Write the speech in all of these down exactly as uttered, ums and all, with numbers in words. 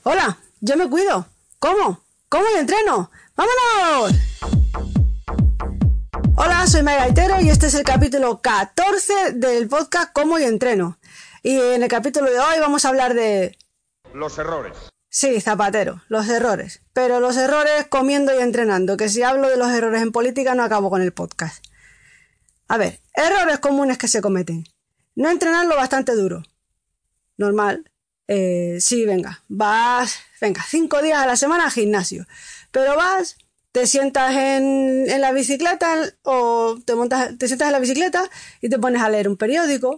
Hola, yo me cuido. ¿Cómo? ¿Cómo y entreno? ¡Vámonos! Hola, soy Maya Gaitero y este es el capítulo catorce del podcast Cómo y entreno. Y en el capítulo de hoy vamos a hablar de... Los errores. Sí, Zapatero, los errores. Pero los errores comiendo y entrenando, que si hablo de los errores en política no acabo con el podcast. A ver, errores comunes que se cometen. No entrenar lo bastante duro. Normal. Eh, sí, venga, vas, venga, cinco días a la semana al gimnasio. Pero vas, te sientas en, en la bicicleta o te montas, te sientas en la bicicleta y te pones a leer un periódico.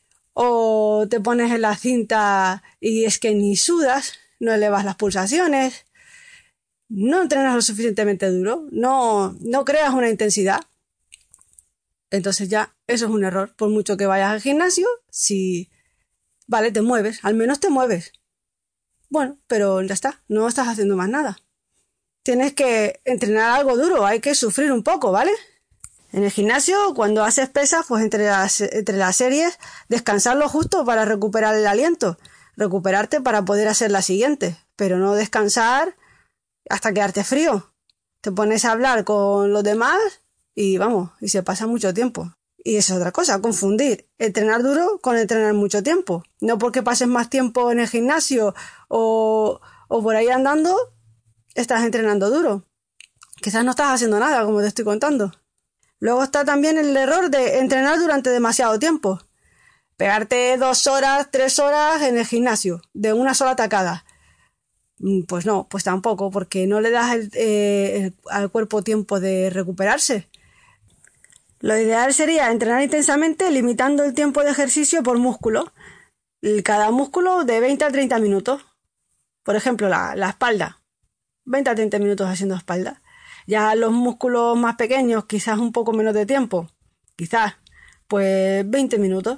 O te pones en la cinta y es que ni sudas, no elevas las pulsaciones, no entrenas lo suficientemente duro, no, no creas una intensidad. Entonces ya, eso es un error. Por mucho que vayas al gimnasio, si, vale, te mueves, al menos te mueves. Bueno, pero ya está, no estás haciendo más nada. Tienes que entrenar algo duro, hay que sufrir un poco, ¿vale? En el gimnasio, cuando haces pesas, pues entre las, entre las series, descansar lo justo para recuperar el aliento, recuperarte para poder hacer la siguiente, pero no descansar hasta quedarte frío. Te pones a hablar con los demás y vamos, y se pasa mucho tiempo. Y esa es otra cosa, confundir entrenar duro con entrenar mucho tiempo. No porque pases más tiempo en el gimnasio o, o por ahí andando, estás entrenando duro. Quizás no estás haciendo nada, como te estoy contando. Luego está también el error de entrenar durante demasiado tiempo. Pegarte dos horas, tres horas en el gimnasio, de una sola tacada. Pues no, pues tampoco, porque no le das el, eh, el, al cuerpo tiempo de recuperarse. Lo ideal sería entrenar intensamente limitando el tiempo de ejercicio por músculo. Cada músculo de veinte a treinta minutos. Por ejemplo, la, la espalda. veinte a treinta minutos haciendo espalda. Ya los músculos más pequeños, quizás un poco menos de tiempo. Quizás, pues veinte minutos.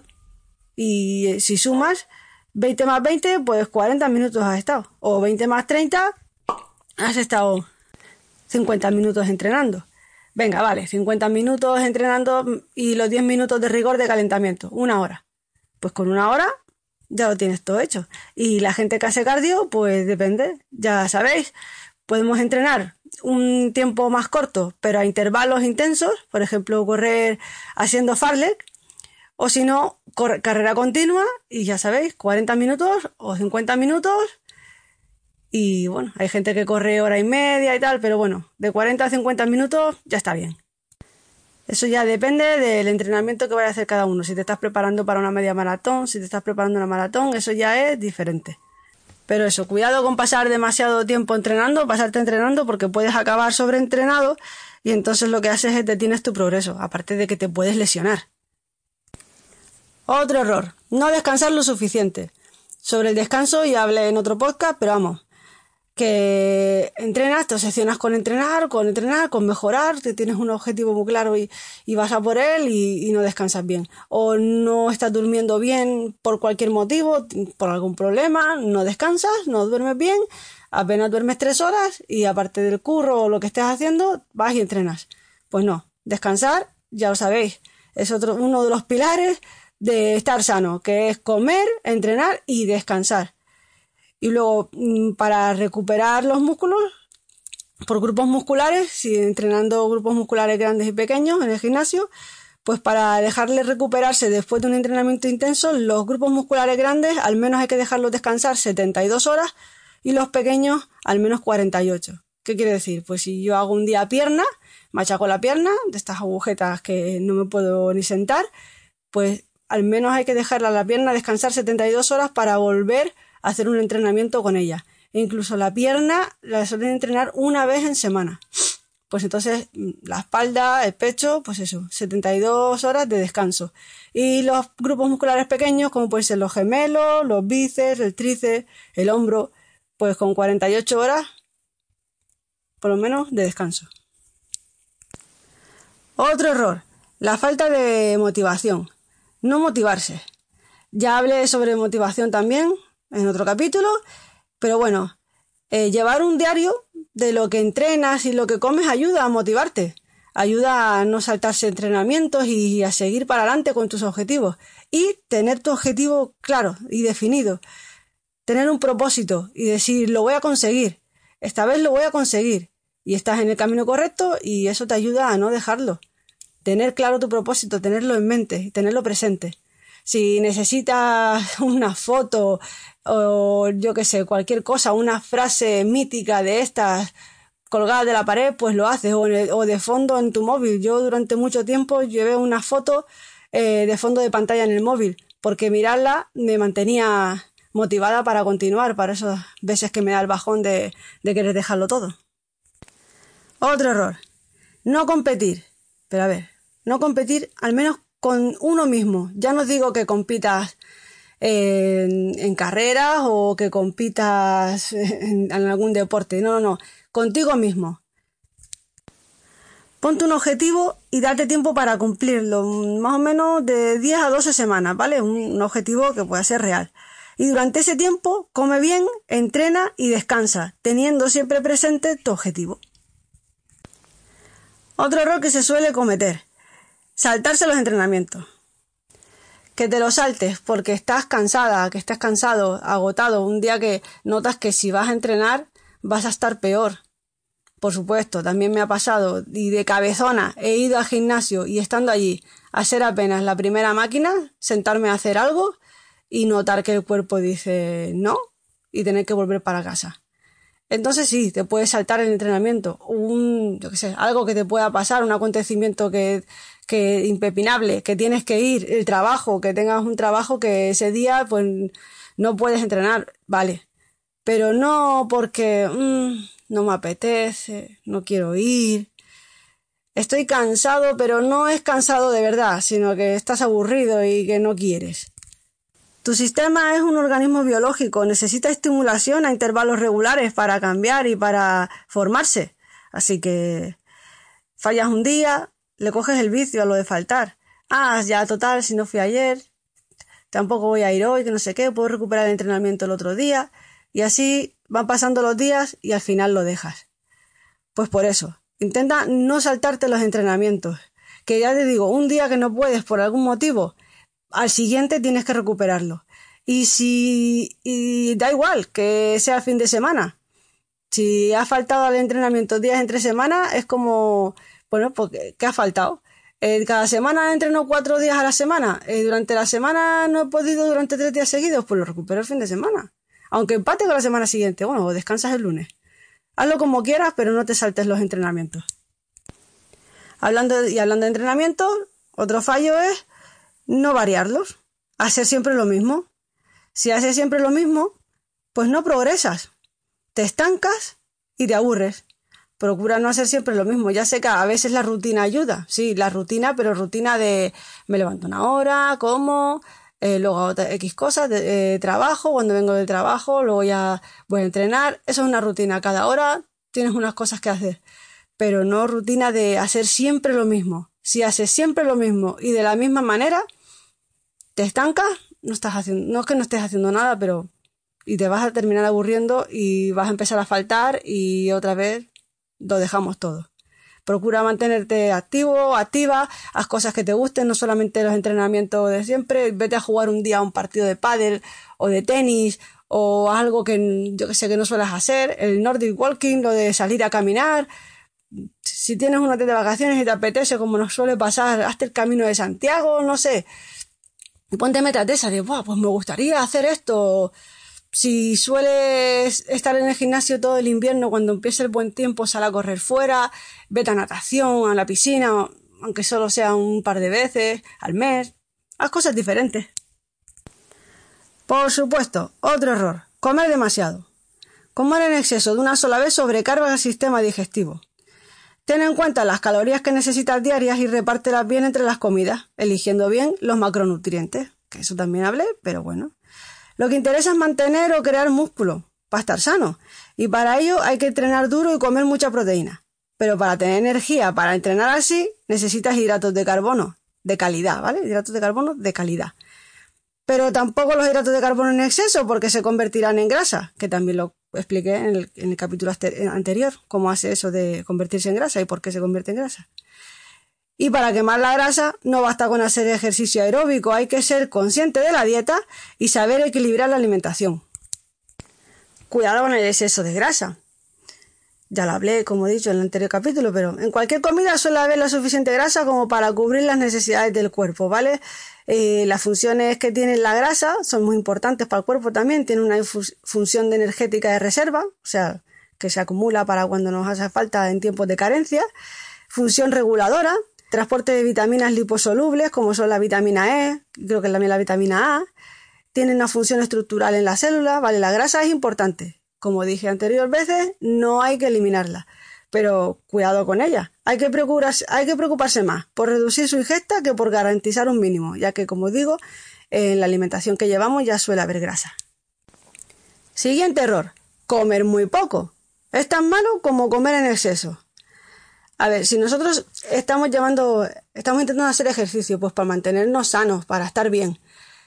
Y si sumas veinte más veinte, pues cuarenta minutos has estado. O veinte más treinta, has estado cincuenta minutos entrenando. Venga, vale, cincuenta minutos entrenando y los diez minutos de rigor de calentamiento, una hora. Pues con una hora ya lo tienes todo hecho. Y la gente que hace cardio, pues depende, ya sabéis, podemos entrenar un tiempo más corto, pero a intervalos intensos, por ejemplo, correr haciendo fartlek, o si no, carrera continua y ya sabéis, cuarenta minutos o cincuenta minutos. Y bueno, hay gente que corre hora y media y tal, pero bueno, de cuarenta a cincuenta minutos ya está bien. Eso ya depende del entrenamiento que vaya a hacer cada uno. Si te estás preparando para una media maratón, si te estás preparando una maratón, eso ya es diferente. Pero eso, cuidado con pasar demasiado tiempo entrenando, pasarte entrenando, porque puedes acabar sobreentrenado y entonces lo que haces es detienes tu progreso, aparte de que te puedes lesionar. Otro error, no descansar lo suficiente. Sobre el descanso ya hablé en otro podcast, pero vamos, que entrenas, te obsesionas con entrenar, con entrenar, con mejorar, te tienes un objetivo muy claro y, y vas a por él y, y no descansas bien. O no estás durmiendo bien por cualquier motivo, por algún problema, no descansas, no duermes bien, apenas duermes tres horas y aparte del curro o lo que estés haciendo, vas y entrenas. Pues no, descansar, ya lo sabéis, es otro, uno de los pilares de estar sano, que es comer, entrenar y descansar. Y luego, para recuperar los músculos, por grupos musculares, si entrenando grupos musculares grandes y pequeños en el gimnasio, pues para dejarles recuperarse después de un entrenamiento intenso, los grupos musculares grandes al menos hay que dejarlos descansar setenta y dos horas y los pequeños al menos cuarenta y ocho. ¿Qué quiere decir? Pues si yo hago un día pierna, machaco la pierna, de estas agujetas que no me puedo ni sentar, pues al menos hay que dejarla la pierna descansar setenta y dos horas para volver a hacer un entrenamiento con ella. E incluso la pierna la suelen entrenar una vez en semana. Pues entonces la espalda, el pecho, pues eso, setenta y dos horas de descanso. Y los grupos musculares pequeños, como pueden ser los gemelos, los bíceps, el tríceps, el hombro, pues con cuarenta y ocho horas, por lo menos, de descanso. Otro error, la falta de motivación. No motivarse. Ya hablé sobre motivación también en otro capítulo, pero bueno, eh, llevar un diario de lo que entrenas y lo que comes ayuda a motivarte, ayuda a no saltarse entrenamientos y a seguir para adelante con tus objetivos y tener tu objetivo claro y definido. tener un propósito y decir, lo voy a conseguir, esta vez lo voy a conseguir, y estás en el camino correcto y eso te ayuda a no dejarlo. Tener claro tu propósito, tenerlo en mente, tenerlo presente. Si necesitas una foto o yo qué sé, cualquier cosa, una frase mítica de estas colgada de la pared, pues lo haces, o, en el, o de fondo en tu móvil. Yo durante mucho tiempo llevé una foto eh, de fondo de pantalla en el móvil, porque mirarla me mantenía motivada para continuar, para esas veces que me da el bajón de, de querer dejarlo todo. Otro error, no competir. Pero a ver, no competir al menos con uno mismo. Ya no digo que compitas en, en carreras o que compitas en, en algún deporte, no, no, no, contigo mismo. Ponte un objetivo y date tiempo para cumplirlo, más o menos de diez a doce semanas, ¿vale? Un, un objetivo que pueda ser real. Y durante ese tiempo, come bien, entrena y descansa, teniendo siempre presente tu objetivo. Otro error que se suele cometer, saltarse los entrenamientos. Que te lo saltes porque estás cansada, que estás cansado, agotado, un día que notas que si vas a entrenar vas a estar peor. Por supuesto, también me ha pasado y de cabezona he ido al gimnasio y estando allí a hacer apenas la primera máquina, sentarme a hacer algo y notar que el cuerpo dice no y tener que volver para casa. Entonces sí, te puedes saltar el entrenamiento, un, yo qué sé, algo que te pueda pasar, un acontecimiento que, que impepinable, que tienes que ir, el trabajo, que tengas un trabajo que ese día pues no puedes entrenar, vale, pero no porque mmm, no me apetece, no quiero ir, estoy cansado, pero no es cansado de verdad, sino que estás aburrido y que no quieres. Tu sistema es un organismo biológico, necesita estimulación a intervalos regulares para cambiar y para formarse. Así que fallas un día, le coges el vicio a lo de faltar. Ah, ya total, si no fui ayer, tampoco voy a ir hoy, que no sé qué, puedo recuperar el entrenamiento el otro día. Y así van pasando los días y al final lo dejas. Pues por eso, intenta no saltarte los entrenamientos. Que ya te digo, un día que no puedes por algún motivo, al siguiente tienes que recuperarlo. Y si y da igual que sea fin de semana. Si has faltado al entrenamiento días entre semanas, es como, bueno, pues ¿qué ha faltado? Eh, cada semana entreno cuatro días a la semana. Eh, durante la semana no he podido durante tres días seguidos, pues lo recupero el fin de semana. Aunque empate con la semana siguiente, bueno, o descansas el lunes. Hazlo como quieras, pero no te saltes los entrenamientos. Hablando y hablando de entrenamientos, otro fallo es no variarlos, hacer siempre lo mismo. Si haces siempre lo mismo, pues no progresas, te estancas y te aburres. Procura no hacer siempre lo mismo. Ya sé que a veces la rutina ayuda, sí, la rutina, pero rutina de me levanto una hora, como, eh, luego hago X cosas, de, eh, trabajo, cuando vengo del trabajo, luego ya voy a entrenar. Eso es una rutina, cada hora tienes unas cosas que hacer, pero no rutina de hacer siempre lo mismo. Si haces siempre lo mismo y de la misma manera, te estancas, no estás haciendo, no es que no estés haciendo nada, pero y te vas a terminar aburriendo y vas a empezar a faltar y otra vez lo dejamos todo. Procura mantenerte activo, activa, haz cosas que te gusten, no solamente los entrenamientos de siempre, vete a jugar un día a un partido de pádel o de tenis o algo que yo que sé que no sueles hacer, el Nordic Walking, lo de salir a caminar. Si tienes una de vacaciones y te apetece, como nos suele pasar, hazte el Camino de Santiago, no sé. Y ponte metas de esas de, Buah, pues me gustaría hacer esto. Si sueles estar en el gimnasio todo el invierno, cuando empiece el buen tiempo, sal a correr fuera, vete a natación, a la piscina, aunque solo sea un par de veces al mes. Haz cosas diferentes. Por supuesto, otro error, comer demasiado. Comer en exceso de una sola vez sobrecarga el sistema digestivo. Ten en cuenta las calorías que necesitas diarias y repártelas bien entre las comidas, eligiendo bien los macronutrientes, que eso también hablé, pero bueno. Lo que interesa es mantener o crear músculo, para estar sano, y para ello hay que entrenar duro y comer mucha proteína. Pero para tener energía, para entrenar así, necesitas hidratos de carbono, de calidad, ¿vale? Hidratos de carbono de calidad. Pero tampoco los hidratos de carbono en exceso, porque se convertirán en grasa, que también lo expliqué en el, en el capítulo anterior, cómo hace eso de convertirse en grasa y por qué se convierte en grasa. Y para quemar la grasa no basta con hacer ejercicio aeróbico, hay que ser consciente de la dieta y saber equilibrar la alimentación. cuidado con el exceso de grasa. Ya lo hablé, como he dicho, en el anterior capítulo, pero en cualquier comida suele haber la suficiente grasa como para cubrir las necesidades del cuerpo, ¿vale? Eh, las funciones que tiene la grasa son muy importantes para el cuerpo también. Tiene una función de energética de reserva, o sea, que se acumula para cuando nos hace falta en tiempos de carencia. Función reguladora, transporte de vitaminas liposolubles, como son la vitamina E, creo que también la vitamina A. Tiene una función estructural en la célula, ¿vale? La grasa es importante. Como dije anteriores veces, no hay que eliminarla, pero cuidado con ella. Hay que preocuparse, hay que preocuparse más por reducir su ingesta que por garantizar un mínimo, ya que, como digo, en la alimentación que llevamos ya suele haber grasa. Siguiente error, comer muy poco. Es tan malo como comer en exceso. A ver, si nosotros estamos llevando, estamos intentando hacer ejercicio, pues para mantenernos sanos, para estar bien,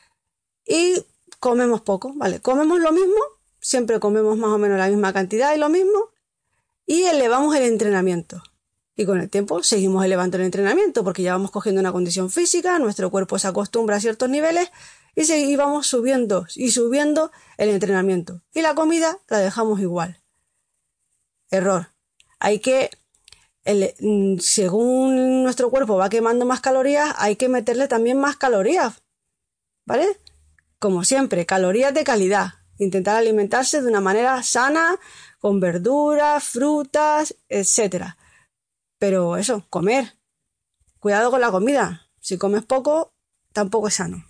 y comemos poco, ¿vale? Comemos lo mismo, siempre comemos más o menos la misma cantidad y lo mismo, y elevamos el entrenamiento. Y con el tiempo seguimos elevando el entrenamiento porque ya vamos cogiendo una condición física, nuestro cuerpo se acostumbra a ciertos niveles y seguimos subiendo y subiendo el entrenamiento. Y la comida la dejamos igual. Error. Hay que, el, según nuestro cuerpo va quemando más calorías, hay que meterle también más calorías. ¿Vale? Como siempre, calorías de calidad. Intentar alimentarse de una manera sana, con verduras, frutas, etcétera. Pero eso, comer. Cuidado con la comida. Si comes poco, tampoco es sano.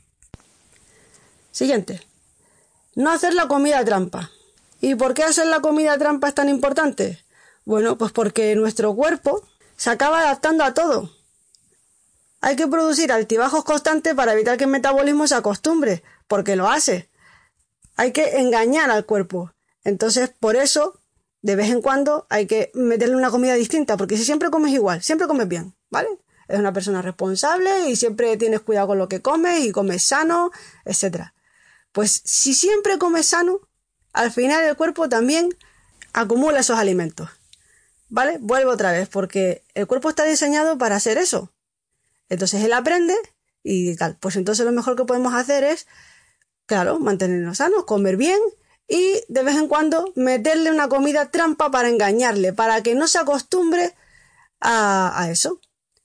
Siguiente. No hacer la comida trampa. ¿Y por qué hacer la comida trampa es tan importante? Bueno, pues porque nuestro cuerpo se acaba adaptando a todo. Hay que producir altibajos constantes para evitar que el metabolismo se acostumbre, porque lo hace. Hay que engañar al cuerpo. Entonces, por eso, de vez en cuando hay que meterle una comida distinta, porque si siempre comes igual, siempre comes bien, ¿vale? Eres una persona responsable y siempre tienes cuidado con lo que comes y comes sano, etcétera. Pues si siempre comes sano, al final el cuerpo también acumula esos alimentos, ¿vale? Vuelvo otra vez, porque el cuerpo está diseñado para hacer eso. Entonces él aprende y tal. Pues entonces lo mejor que podemos hacer es, claro, mantenernos sanos, comer bien y de vez en cuando meterle una comida trampa para engañarle, para que no se acostumbre a, a eso.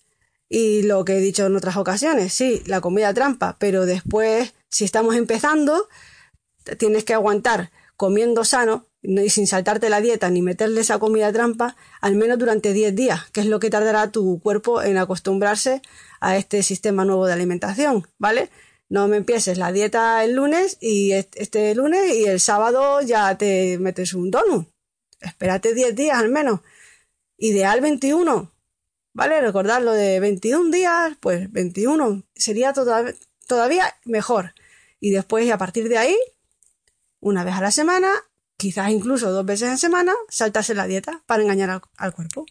Y lo que he dicho en otras ocasiones, sí, la comida trampa, pero después, si estamos empezando, tienes que aguantar comiendo sano y sin saltarte la dieta ni meterle esa comida trampa al menos durante diez días, que es lo que tardará tu cuerpo en acostumbrarse a este sistema nuevo de alimentación, ¿vale? No me empieces la dieta el lunes y este lunes y el sábado ya te metes un donut. Espérate diez días al menos. Ideal veintiuno, ¿vale? Recordad lo de veintiún días, pues veintiuno sería toda, todavía mejor. Y después, a partir de ahí, una vez a la semana, quizás incluso dos veces en semana, saltarse la dieta para engañar al, al cuerpo.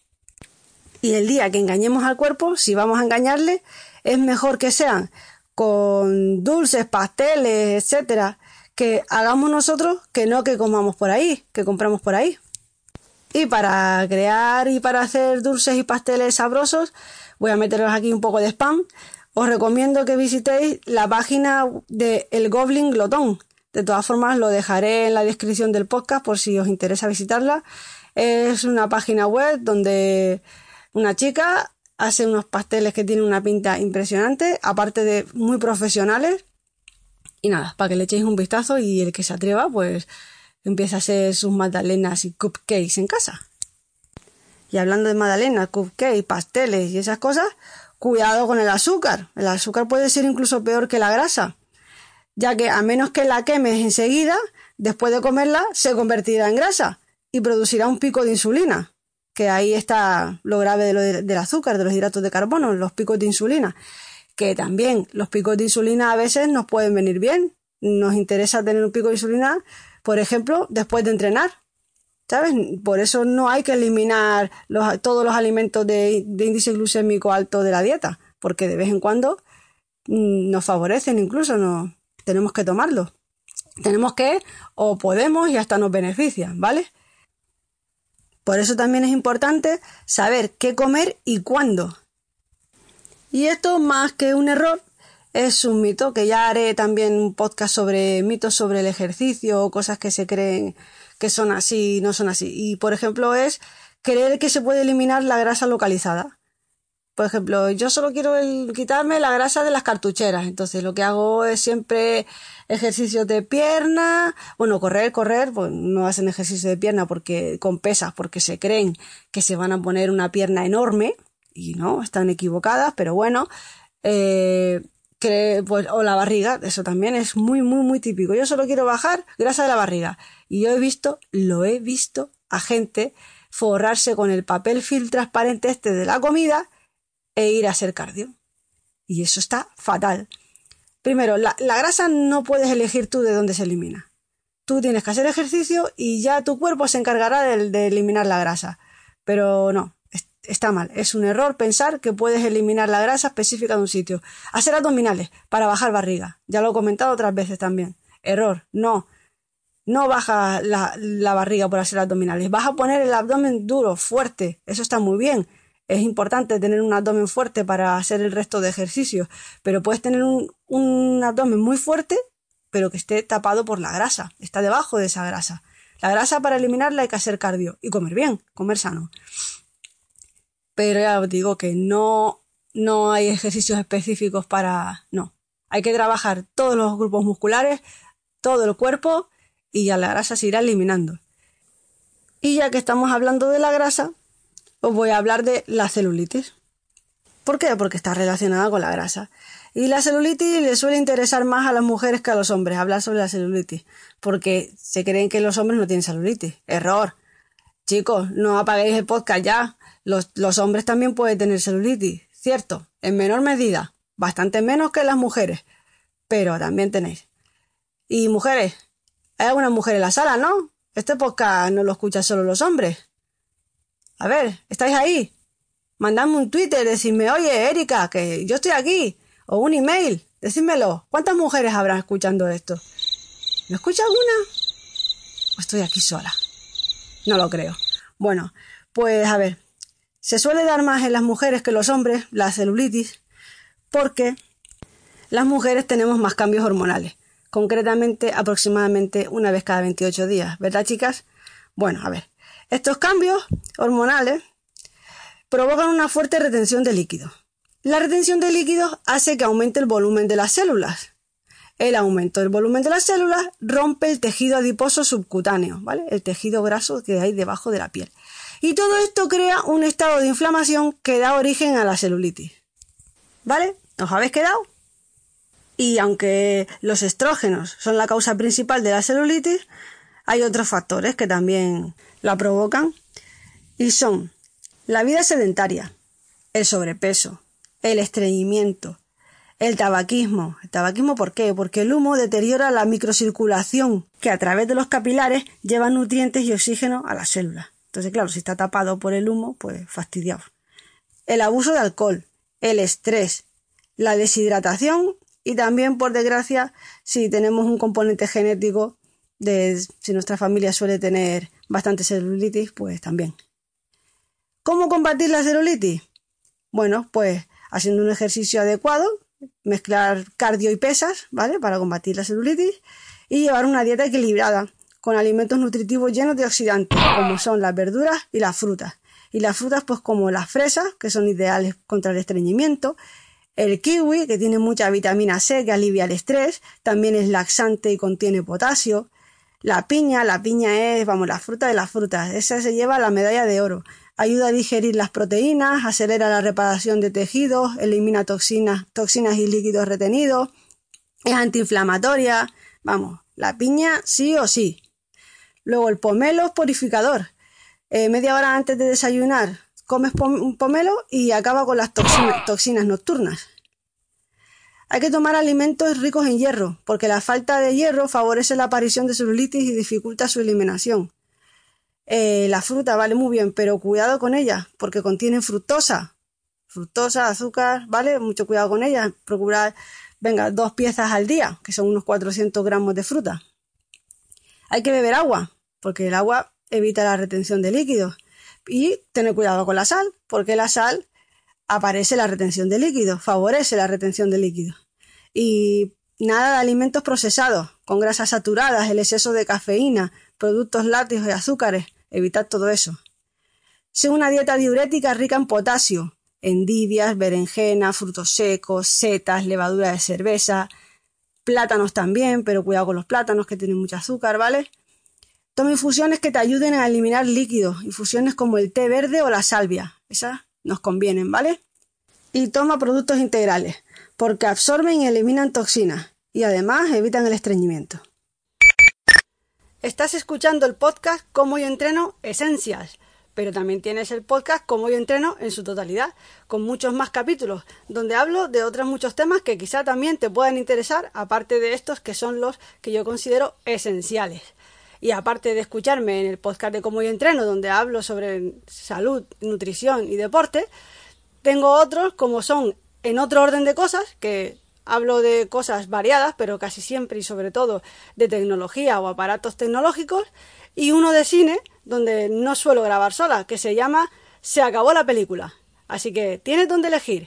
Y el día que engañemos al cuerpo, si vamos a engañarle, es mejor que sean con dulces, pasteles, etcétera, que hagamos nosotros que no que comamos por ahí, que compramos por ahí. Y para crear y para hacer dulces y pasteles sabrosos, voy a meteros aquí un poco de spam. Os recomiendo que visitéis la página de El Goblin Glotón. De todas formas, lo dejaré en la descripción del podcast por si os interesa visitarla. Es una página web donde una chica hace unos pasteles que tienen una pinta impresionante, aparte de muy profesionales. Y nada, para que le echéis un vistazo y el que se atreva, pues empieza a hacer sus magdalenas y cupcakes en casa. Y hablando de magdalenas, cupcakes, pasteles y esas cosas, cuidado con el azúcar. El azúcar puede ser incluso peor que la grasa, ya que a menos que la quemes enseguida, después de comerla, se convertirá en grasa y producirá un pico de insulina, que ahí está lo grave de lo de, del azúcar, de los hidratos de carbono, los picos de insulina, que también los picos de insulina a veces nos pueden venir bien. Nos interesa tener un pico de insulina, por ejemplo, después de entrenar, ¿sabes? Por eso no hay que eliminar los, todos los alimentos de, de índice glucémico alto de la dieta, porque de vez en cuando mmm, nos favorecen, incluso nos, tenemos que tomarlos. Tenemos que, o podemos y hasta nos benefician, ¿vale? Por eso también es importante saber qué comer y cuándo. Y esto, más que un error, es un mito, que ya haré también un podcast sobre mitos sobre el ejercicio o cosas que se creen que son así, no son así. Y, por ejemplo, es creer que se puede eliminar la grasa localizada. Por ejemplo, yo solo quiero el, quitarme la grasa de las cartucheras. Entonces, lo que hago es siempre ejercicios de pierna. Bueno, correr, correr, pues no hacen ejercicio de pierna porque con pesas, porque se creen que se van a poner una pierna enorme. Y no, están equivocadas, pero bueno. Eh, que, pues, o la barriga, eso también es muy, muy, muy típico. Yo solo quiero bajar grasa de la barriga. Y yo he visto, lo he visto a gente forrarse con el papel film transparente este de la comida e ir a hacer cardio. Y eso está fatal. Primero, la, la grasa no puedes elegir tú de dónde se elimina. Tú tienes que hacer ejercicio y ya tu cuerpo se encargará de, de eliminar la grasa. Pero no, es, está mal. Es un error pensar que puedes eliminar la grasa específica de un sitio. Hacer abdominales para bajar barriga. Ya lo he comentado otras veces también. Error, no. No baja la, la barriga por hacer abdominales. Vas a poner el abdomen duro, fuerte. Eso está muy bien. Es importante tener un abdomen fuerte para hacer el resto de ejercicios, pero puedes tener un, un abdomen muy fuerte, pero que esté tapado por la grasa, está debajo de esa grasa. La grasa para eliminarla hay que hacer cardio y comer bien, comer sano. Pero ya os digo que no, no hay ejercicios específicos para... No, hay que trabajar todos los grupos musculares, todo el cuerpo y ya la grasa se irá eliminando. Y ya que estamos hablando de la grasa, os voy a hablar de la celulitis. ¿Por qué? Porque está relacionada con la grasa. Y la celulitis le suele interesar más a las mujeres que a los hombres, hablar sobre la celulitis. Porque se creen que los hombres no tienen celulitis. Error. Chicos, no apaguéis el podcast ya. Los, los hombres también pueden tener celulitis. Cierto, en menor medida. Bastante menos que las mujeres. Pero también tenéis. Y mujeres, hay alguna mujer en la sala, ¿no? Este podcast no lo escuchan solo los hombres. A ver, ¿estáis ahí? Mandadme un Twitter, decidme, oye, Erika, que yo estoy aquí. O un email, decídmelo. ¿Cuántas mujeres habrán escuchando esto? ¿Me escucha alguna? ¿O estoy aquí sola? No lo creo. Bueno, pues a ver. Se suele dar más en las mujeres que en los hombres, la celulitis, porque las mujeres tenemos más cambios hormonales. Concretamente, aproximadamente una vez cada veintiocho días. ¿Verdad, chicas? Bueno, a ver. Estos cambios hormonales provocan una fuerte retención de líquidos. La retención de líquidos hace que aumente el volumen de las células. El aumento del volumen de las células rompe el tejido adiposo subcutáneo, ¿vale? El tejido graso que hay debajo de la piel. Y todo esto crea un estado de inflamación que da origen a la celulitis. ¿Vale? ¿Os habéis quedado? Y aunque los estrógenos son la causa principal de la celulitis, hay otros factores que también la provocan y son la vida sedentaria, el sobrepeso, el estreñimiento, el tabaquismo. ¿El tabaquismo por qué? Porque el humo deteriora la microcirculación que a través de los capilares lleva nutrientes y oxígeno a las células. Entonces, claro, si está tapado por el humo, pues fastidiado. El abuso de alcohol, el estrés, la deshidratación y también, por desgracia, si tenemos un componente genético, de si nuestra familia suele tener bastante celulitis, pues también. ¿Cómo combatir la celulitis? Bueno, pues haciendo un ejercicio adecuado, mezclar cardio y pesas, ¿vale? Para combatir la celulitis y llevar una dieta equilibrada con alimentos nutritivos llenos de oxidantes, como son las verduras y las frutas. Y las frutas, pues como las fresas, que son ideales contra el estreñimiento, el kiwi, que tiene mucha vitamina C, que alivia el estrés, también es laxante y contiene potasio. La piña, la piña es, vamos, la fruta de las frutas, esa se lleva la medalla de oro. Ayuda a digerir las proteínas, acelera la reparación de tejidos, elimina toxinas, toxinas y líquidos retenidos, es antiinflamatoria. Vamos, la piña sí o sí. Luego el pomelo es purificador. Eh, media hora antes de desayunar comes pom- pomelo y acaba con las toxinas, toxinas nocturnas. Hay que tomar alimentos ricos en hierro, porque la falta de hierro favorece la aparición de celulitis y dificulta su eliminación. Eh, la fruta vale muy bien, pero cuidado con ella, porque contienen fructosa. Fructosa, azúcar, ¿vale? Mucho cuidado con ella. Procurar, venga, dos piezas al día, que son unos cuatrocientos gramos de fruta. Hay que beber agua, porque el agua evita la retención de líquidos. Y tener cuidado con la sal, porque la sal aparece la retención de líquidos, favorece la retención de líquidos. Y nada de alimentos procesados, con grasas saturadas, el exceso de cafeína, productos lácteos y azúcares. Evitad todo eso. Sea una dieta diurética rica en potasio, endivias, berenjena, frutos secos, setas, levadura de cerveza, plátanos también, pero cuidado con los plátanos que tienen mucho azúcar, ¿vale? Toma infusiones que te ayuden a eliminar líquidos, infusiones como el té verde o la salvia, esas nos convienen, ¿vale? Y toma productos integrales, porque absorben y eliminan toxinas, y además evitan el estreñimiento. Estás escuchando el podcast Cómo yo entreno Essentials, pero también tienes el podcast Cómo yo entreno en su totalidad, con muchos más capítulos, donde hablo de otros muchos temas que quizá también te puedan interesar, aparte de estos que son los que yo considero esenciales. Y aparte de escucharme en el podcast de Cómo yo entreno, donde hablo sobre salud, nutrición y deporte, tengo otros como son En otro orden de cosas, que hablo de cosas variadas, pero casi siempre y sobre todo de tecnología o aparatos tecnológicos, y uno de cine, donde no suelo grabar sola, que se llama Se acabó la película. Así que tienes donde elegir.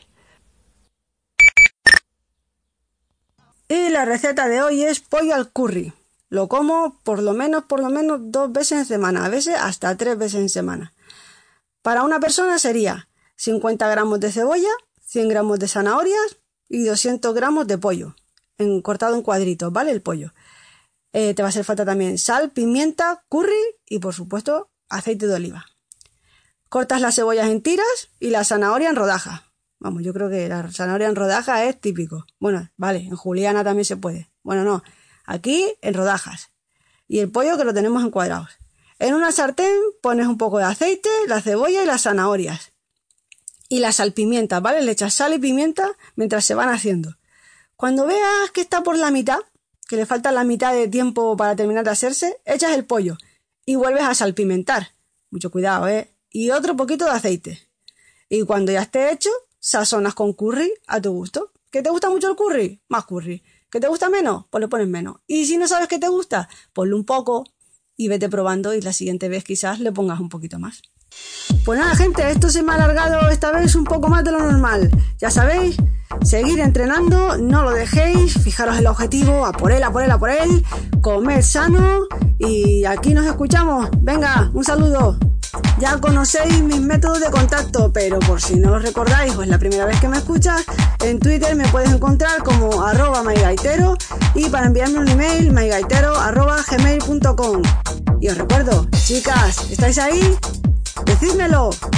Y la receta de hoy es pollo al curry. Lo como por lo menos, por lo menos dos veces en semana, a veces hasta tres veces en semana. Para una persona sería cincuenta gramos de cebolla, cien gramos de zanahorias y doscientos gramos de pollo, en, cortado en cuadritos, ¿vale? El pollo. Eh, te va a hacer falta también sal, pimienta, curry y, por supuesto, aceite de oliva. Cortas las cebollas en tiras y la zanahoria en rodajas. Vamos, yo creo que la zanahoria en rodajas es típico. Bueno, vale, en juliana también se puede. Bueno, no, aquí en rodajas. Y el pollo que lo tenemos en cuadrados. En una sartén pones un poco de aceite, la cebolla y las zanahorias. Y la salpimienta, ¿vale? Le echas sal y pimienta mientras se van haciendo. Cuando veas que está por la mitad, que le falta la mitad de tiempo para terminar de hacerse, echas el pollo y vuelves a salpimentar. Mucho cuidado, ¿eh? Y otro poquito de aceite. Y cuando ya esté hecho, sazonas con curry a tu gusto. ¿Que te gusta mucho el curry? Más curry. ¿Que te gusta menos? Pues le pones menos. Y si no sabes qué te gusta, ponle un poco y vete probando y la siguiente vez quizás le pongas un poquito más. Pues nada, gente, esto se me ha alargado esta vez un poco más de lo normal. Ya sabéis, seguir entrenando, no lo dejéis, fijaros el objetivo, a por él, a por él, a por él, comed sano y aquí nos escuchamos. Venga, un saludo. Ya conocéis mis métodos de contacto, pero por si no los recordáis o es la primera vez que me escuchas, en Twitter me puedes encontrar como arroba mygaitero y para enviarme un email mygaitero arroba gmail punto com. Y os recuerdo, chicas, ¿estáis ahí? ¡Decídmelo!